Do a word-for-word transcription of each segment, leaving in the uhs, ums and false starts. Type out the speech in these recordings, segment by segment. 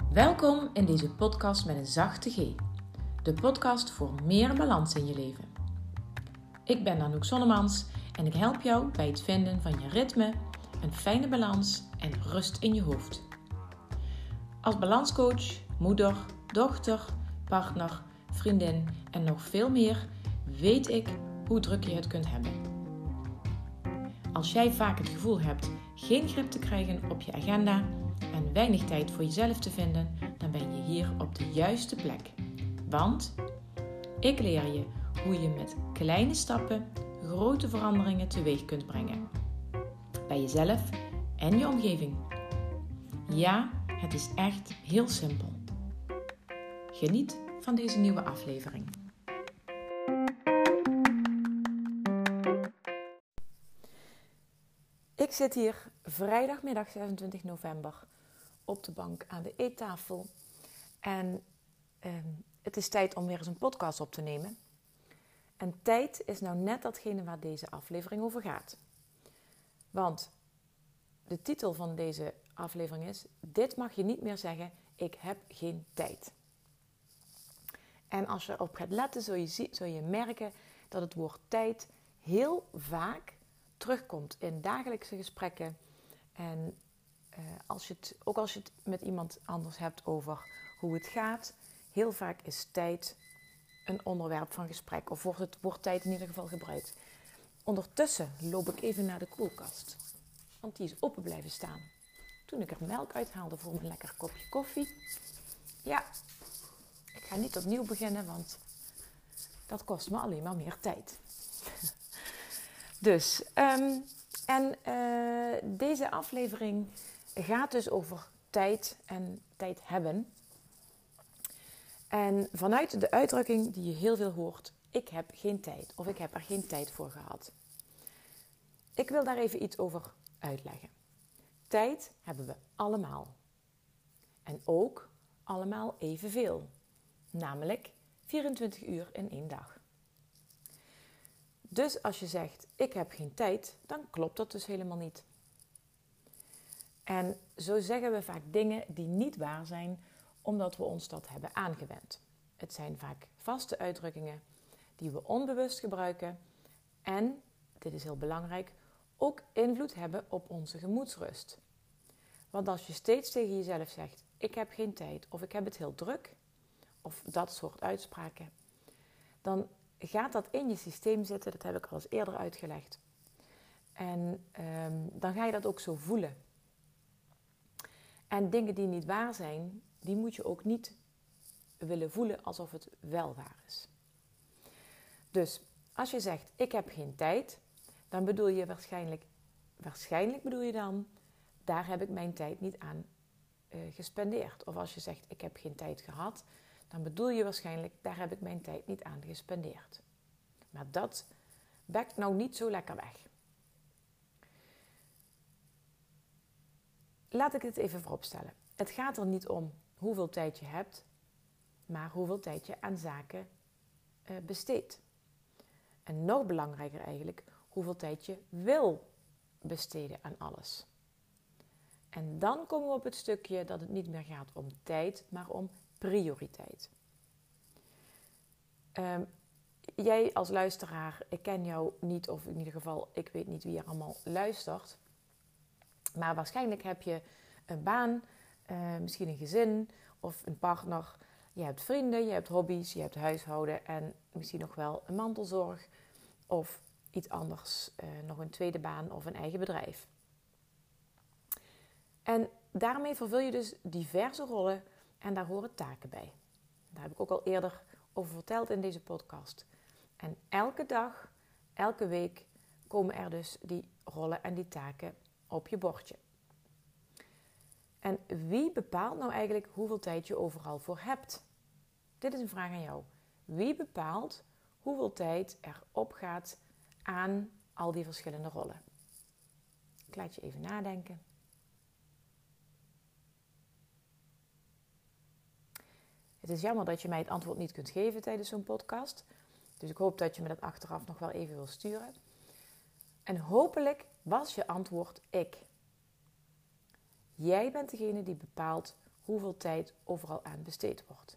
Welkom in deze podcast met een zachte G. De podcast voor meer balans in je leven. Ik ben Anouk Sonnemans en ik help jou bij het vinden van je ritme, een fijne balans en rust in je hoofd. Als balanscoach, moeder, dochter, partner, vriendin en nog veel meer weet ik hoe druk je het kunt hebben. Als jij vaak het gevoel hebt geen grip te krijgen op je agenda en weinig tijd voor jezelf te vinden, dan ben je hier op de juiste plek. Want ik leer je hoe je met kleine stappen grote veranderingen teweeg kunt brengen. Bij jezelf en je omgeving. Ja, het is echt heel simpel. Geniet van deze nieuwe aflevering. Ik zit hier vrijdagmiddag zesentwintig november op de bank aan de eettafel. En eh, het is tijd om weer eens een podcast op te nemen. En tijd is nou net datgene waar deze aflevering over gaat. Want de titel van deze aflevering is: dit mag je niet meer zeggen, ik heb geen tijd. En als je erop gaat letten, zul je, zie, zul je merken dat het woord tijd heel vaak terugkomt in dagelijkse gesprekken. En uh, als je het, ook als je het met iemand anders hebt over hoe het gaat, heel vaak is tijd een onderwerp van gesprek. Of wordt het woord tijd in ieder geval gebruikt. Ondertussen loop ik even naar de koelkast. Want die is open blijven staan. Toen ik er melk uithaalde voor mijn lekker kopje koffie. Ja, ik ga niet opnieuw beginnen, want dat kost me alleen maar meer tijd. Dus, um, en uh, deze aflevering gaat dus over tijd en tijd hebben. En vanuit de uitdrukking die je heel veel hoort, ik heb geen tijd of ik heb er geen tijd voor gehad. Ik wil daar even iets over uitleggen. Tijd hebben we allemaal. En ook allemaal evenveel. Namelijk vierentwintig uur in één dag. Dus als je zegt, ik heb geen tijd, dan klopt dat dus helemaal niet. En zo zeggen we vaak dingen die niet waar zijn, omdat we ons dat hebben aangewend. Het zijn vaak vaste uitdrukkingen die we onbewust gebruiken en, dit is heel belangrijk, ook invloed hebben op onze gemoedsrust. Want als je steeds tegen jezelf zegt, ik heb geen tijd of ik heb het heel druk, of dat soort uitspraken, dan gaat dat in je systeem zitten, dat heb ik al eens eerder uitgelegd. En um, dan ga je dat ook zo voelen. En dingen die niet waar zijn, die moet je ook niet willen voelen alsof het wel waar is. Dus als je zegt, ik heb geen tijd, dan bedoel je waarschijnlijk, waarschijnlijk bedoel je dan, daar heb ik mijn tijd niet aan uh, gespendeerd. Of als je zegt, ik heb geen tijd gehad, dan bedoel je waarschijnlijk, daar heb ik mijn tijd niet aan gespendeerd. Maar dat bekt nou niet zo lekker weg. Laat ik het even vooropstellen. Het gaat er niet om hoeveel tijd je hebt, maar hoeveel tijd je aan zaken uh, besteedt. En nog belangrijker eigenlijk, hoeveel tijd je wil besteden aan alles. En dan komen we op het stukje dat het niet meer gaat om tijd, maar om prioriteit. Um, jij als luisteraar, ik ken jou niet, of in ieder geval, ik weet niet wie er allemaal luistert. Maar waarschijnlijk heb je een baan, uh, misschien een gezin of een partner. Je hebt vrienden, je hebt hobby's, je hebt huishouden en misschien nog wel een mantelzorg. Of iets anders, uh, nog een tweede baan of een eigen bedrijf. En daarmee vervul je dus diverse rollen en daar horen taken bij. Daar heb ik ook al eerder over verteld in deze podcast. En elke dag, elke week komen er dus die rollen en die taken op je bordje. En wie bepaalt nou eigenlijk hoeveel tijd je overal voor hebt? Dit is een vraag aan jou. Wie bepaalt hoeveel tijd er opgaat aan al die verschillende rollen? Ik laat je even nadenken. Het is jammer dat je mij het antwoord niet kunt geven tijdens zo'n podcast. Dus ik hoop dat je me dat achteraf nog wel even wil sturen. En hopelijk was je antwoord ik. Jij bent degene die bepaalt hoeveel tijd overal aan besteed wordt.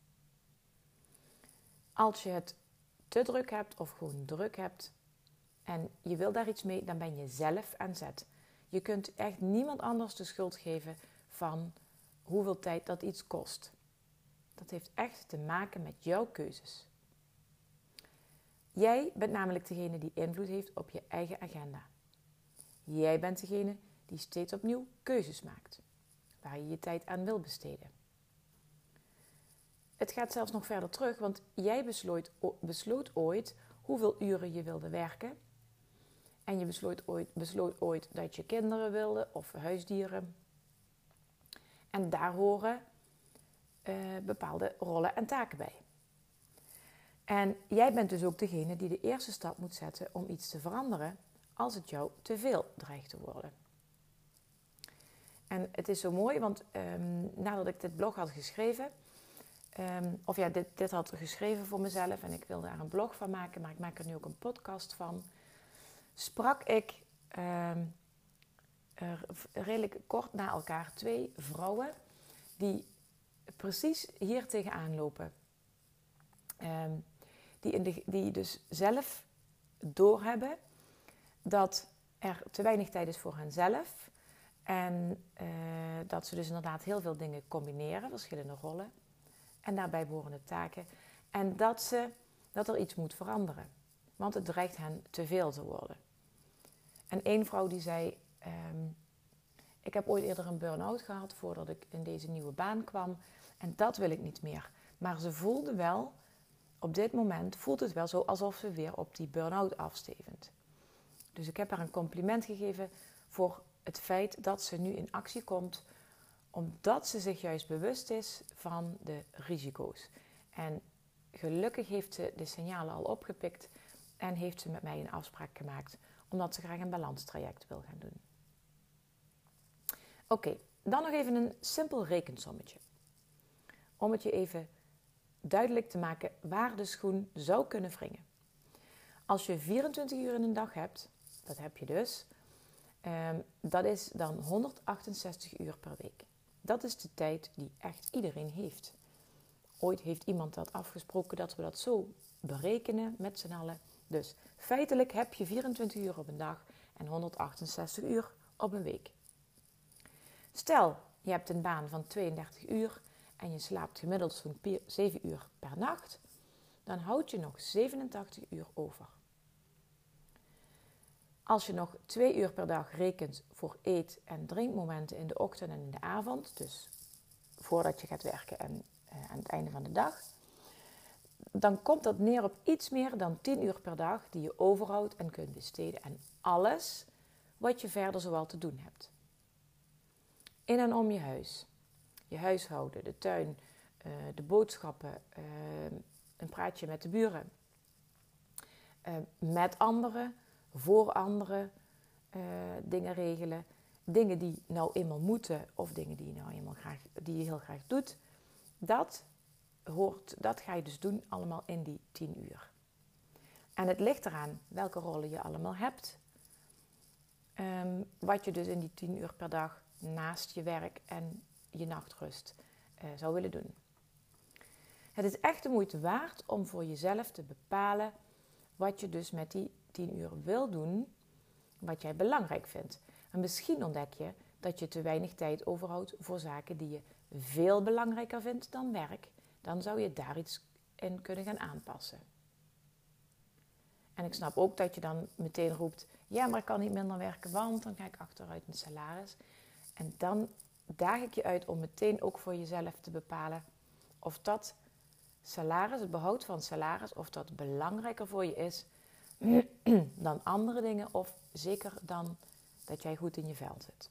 Als je het te druk hebt of gewoon druk hebt en je wil daar iets mee, dan ben je zelf aan zet. Je kunt echt niemand anders de schuld geven van hoeveel tijd dat iets kost. Dat heeft echt te maken met jouw keuzes. Jij bent namelijk degene die invloed heeft op je eigen agenda. Jij bent degene die steeds opnieuw keuzes maakt, waar je je tijd aan wil besteden. Het gaat zelfs nog verder terug, want jij besloot, besloot ooit hoeveel uren je wilde werken. En je besloot ooit, besloot ooit dat je kinderen wilde of huisdieren. En daar horen uh, bepaalde rollen en taken bij. En jij bent dus ook degene die de eerste stap moet zetten om iets te veranderen als het jou te veel dreigt te worden. En het is zo mooi, want um, nadat ik dit blog had geschreven, um, of ja, dit, dit had geschreven voor mezelf en ik wilde daar een blog van maken, maar ik maak er nu ook een podcast van, sprak ik um, er redelijk kort na elkaar twee vrouwen die precies hier tegenaan lopen. Um, die, in de, die dus zelf doorhebben dat er te weinig tijd is voor henzelf. En uh, dat ze dus inderdaad heel veel dingen combineren, verschillende rollen. En daarbij behorende taken. En dat, ze, dat er iets moet veranderen. Want het dreigt hen te veel te worden. En één vrouw die zei, um, ik heb ooit eerder een burn-out gehad voordat ik in deze nieuwe baan kwam. En dat wil ik niet meer. Maar ze voelde wel, op dit moment voelt het wel zo alsof ze weer op die burn-out afstevend. Dus ik heb haar een compliment gegeven voor het feit dat ze nu in actie komt, omdat ze zich juist bewust is van de risico's. En gelukkig heeft ze de signalen al opgepikt en heeft ze met mij een afspraak gemaakt, omdat ze graag een balanstraject wil gaan doen. Oké, okay, dan nog even een simpel rekensommetje. Om het je even duidelijk te maken waar de schoen zou kunnen wringen. Als je vierentwintig uur in een dag hebt, dat heb je dus, um, dat is dan honderdachtenzestig uur per week. Dat is de tijd die echt iedereen heeft. Ooit heeft iemand dat afgesproken dat we dat zo berekenen met z'n allen. Dus feitelijk heb je vierentwintig uur op een dag en honderdachtenzestig uur op een week. Stel, je hebt een baan van tweeëndertig uur en je slaapt gemiddeld zo'n zeven uur per nacht, dan houd je nog zevenentachtig uur over. Als je nog twee uur per dag rekent voor eet- en drinkmomenten in de ochtend en in de avond, dus voordat je gaat werken en uh, aan het einde van de dag, dan komt dat neer op iets meer dan tien uur per dag die je overhoudt en kunt besteden aan alles wat je verder zoal te doen hebt. In en om je huis. Je huishouden, de tuin, uh, de boodschappen, uh, een praatje met de buren. Uh, met anderen, voor anderen, uh, dingen regelen. Dingen die nou eenmaal moeten of dingen die je nou eenmaal graag, die je heel graag doet. Dat, hoort, dat ga je dus doen allemaal in die tien uur. En het ligt eraan welke rollen je allemaal hebt. Um, wat je dus in die tien uur per dag naast je werk en je nachtrust uh, zou willen doen. Het is echt de moeite waard om voor jezelf te bepalen wat je dus met die tien uur wil doen, wat jij belangrijk vindt. En misschien ontdek je dat je te weinig tijd overhoudt voor zaken die je veel belangrijker vindt dan werk. Dan zou je daar iets in kunnen gaan aanpassen. En ik snap ook dat je dan meteen roept, ja, maar ik kan niet minder werken, want dan ga ik achteruit met salaris. En dan daag ik je uit om meteen ook voor jezelf te bepalen of dat salaris, het behoud van salaris, of dat belangrijker voor je is dan andere dingen, of zeker dan dat jij goed in je vel zit.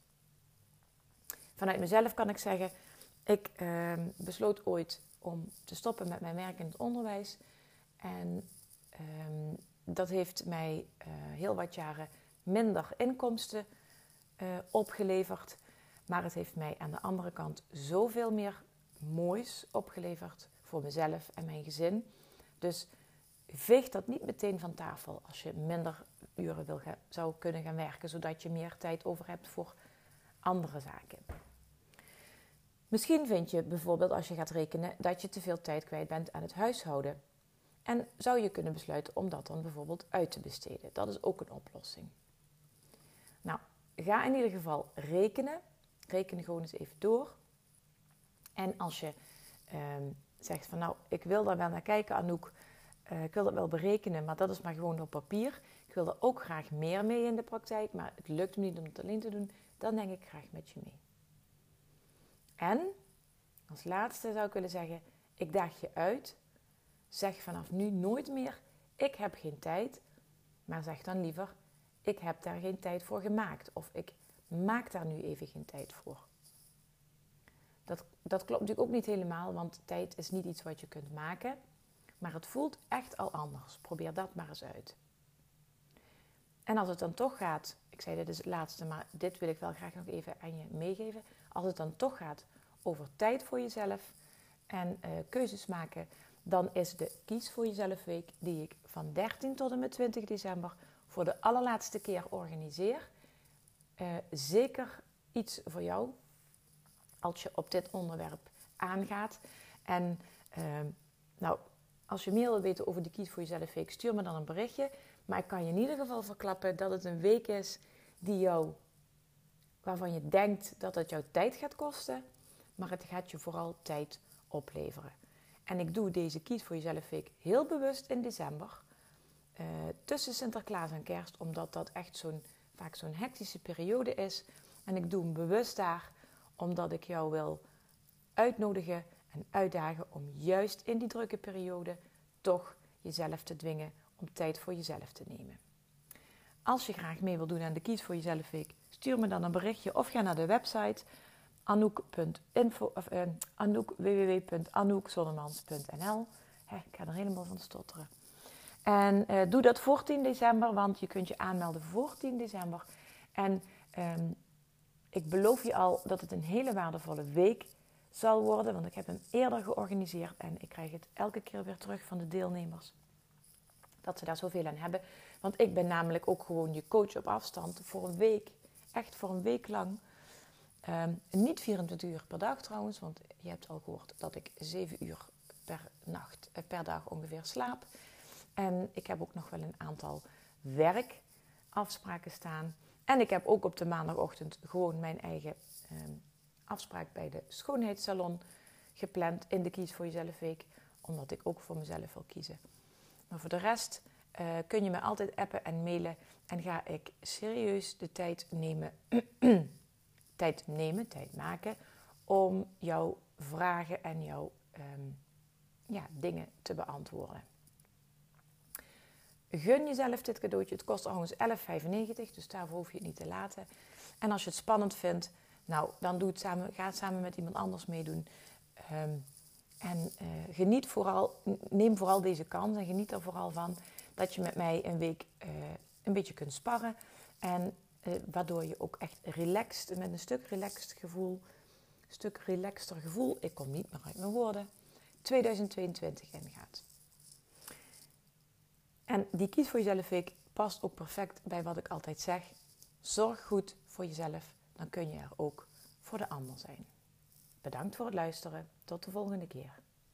Vanuit mezelf kan ik zeggen, ik eh, besloot ooit om te stoppen met mijn werk in het onderwijs. En eh, dat heeft mij uh, heel wat jaren minder inkomsten uh, opgeleverd. Maar het heeft mij aan de andere kant zoveel meer moois opgeleverd voor mezelf en mijn gezin. Dus veeg dat niet meteen van tafel als je minder uren wil gaan, zou kunnen gaan werken, zodat je meer tijd over hebt voor andere zaken. Misschien vind je bijvoorbeeld als je gaat rekenen dat je te veel tijd kwijt bent aan het huishouden. En zou je kunnen besluiten om dat dan bijvoorbeeld uit te besteden. Dat is ook een oplossing. Nou, ga in ieder geval rekenen. Reken gewoon eens even door. En als je uh, zegt van nou, ik wil daar wel naar kijken Anouk. Uh, ik wil dat wel berekenen, maar dat is maar gewoon op papier. Ik wil er ook graag meer mee in de praktijk, maar het lukt me niet om het alleen te doen. Dan denk ik graag met je mee. En als laatste zou ik willen zeggen, ik daag je uit. Zeg vanaf nu nooit meer, ik heb geen tijd. Maar zeg dan liever, ik heb daar geen tijd voor gemaakt. Of ik maak daar nu even geen tijd voor. Dat, dat klopt natuurlijk ook niet helemaal, want tijd is niet iets wat je kunt maken. Maar het voelt echt al anders. Probeer dat maar eens uit. En als het dan toch gaat, ik zei dit is het laatste, maar dit wil ik wel graag nog even aan je meegeven. Als het dan toch gaat over tijd voor jezelf en uh, keuzes maken, dan is de Kies voor Jezelf week die ik van dertien tot en met twintig december voor de allerlaatste keer organiseer. Uh, zeker iets voor jou als je op dit onderwerp aangaat. En uh, nou, als je meer wil weten over de Kies voor Jezelf week, stuur me dan een berichtje. Maar ik kan je in ieder geval verklappen dat het een week is die jou, waarvan je denkt dat het jouw tijd gaat kosten. Maar het gaat je vooral tijd opleveren. En ik doe deze Kies voor Jezelf week heel bewust in december. Uh, tussen Sinterklaas en Kerst. Omdat dat echt zo'n, vaak zo'n hectische periode is. En ik doe hem bewust daar. Omdat ik jou wil uitnodigen en uitdagen om juist in die drukke periode toch jezelf te dwingen om tijd voor jezelf te nemen. Als je graag mee wil doen aan de Kies voor Jezelf week, stuur me dan een berichtje of ga naar de website anouk punt info of uh, anouk, w w w punt anouk zonnemans punt n l. He, ik ga er helemaal van stotteren. En uh, doe dat voor tien december, want je kunt je aanmelden voor tien december. En um, ik beloof je al dat het een hele waardevolle week zal worden, want ik heb hem eerder georganiseerd en ik krijg het elke keer weer terug van de deelnemers. Dat ze daar zoveel aan hebben. Want ik ben namelijk ook gewoon je coach op afstand voor een week. Echt voor een week lang. Um, niet vierentwintig uur per dag trouwens. Want je hebt al gehoord dat ik zeven uur per, nacht, eh, per dag ongeveer slaap. En ik heb ook nog wel een aantal werkafspraken staan. En ik heb ook op de maandagochtend gewoon mijn eigen um, afspraak bij de schoonheidssalon gepland in de Kies voor Jezelf week. Omdat ik ook voor mezelf wil kiezen. Maar voor de rest uh, kun je me altijd appen en mailen. En ga ik serieus de tijd nemen, tijd nemen, tijd maken, om jouw vragen en jouw um, ja, dingen te beantwoorden. Gun jezelf dit cadeautje. Het kost overigens elf vijfennegentig, dus daarvoor hoef je het niet te laten. En als je het spannend vindt, nou, dan doe het samen, ga het samen met iemand anders meedoen. Um, En uh, geniet vooral, neem vooral deze kans en geniet er vooral van dat je met mij een week uh, een beetje kunt sparren. En uh, waardoor je ook echt relaxed, met een stuk relaxed gevoel, een stuk relaxter gevoel, ik kom niet meer uit mijn woorden, tweeduizend tweeëntwintig ingaat. En die Kies voor Jezelf week past ook perfect bij wat ik altijd zeg. Zorg goed voor jezelf, dan kun je er ook voor de ander zijn. Bedankt voor het luisteren. Tot de volgende keer.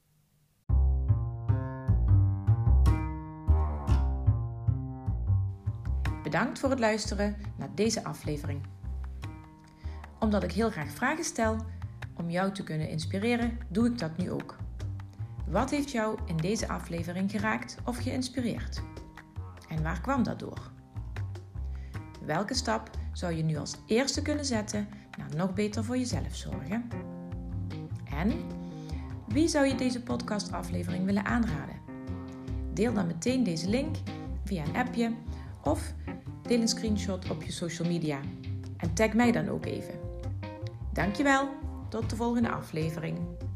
Bedankt voor het luisteren naar deze aflevering. Omdat ik heel graag vragen stel om jou te kunnen inspireren, doe ik dat nu ook. Wat heeft jou in deze aflevering geraakt of geïnspireerd? En waar kwam dat door? Welke stap zou je nu als eerste kunnen zetten naar nog beter voor jezelf zorgen? En wie zou je deze podcastaflevering willen aanraden? Deel dan meteen deze link via een appje of deel een screenshot op je social media. En tag mij dan ook even. Dankjewel, tot de volgende aflevering.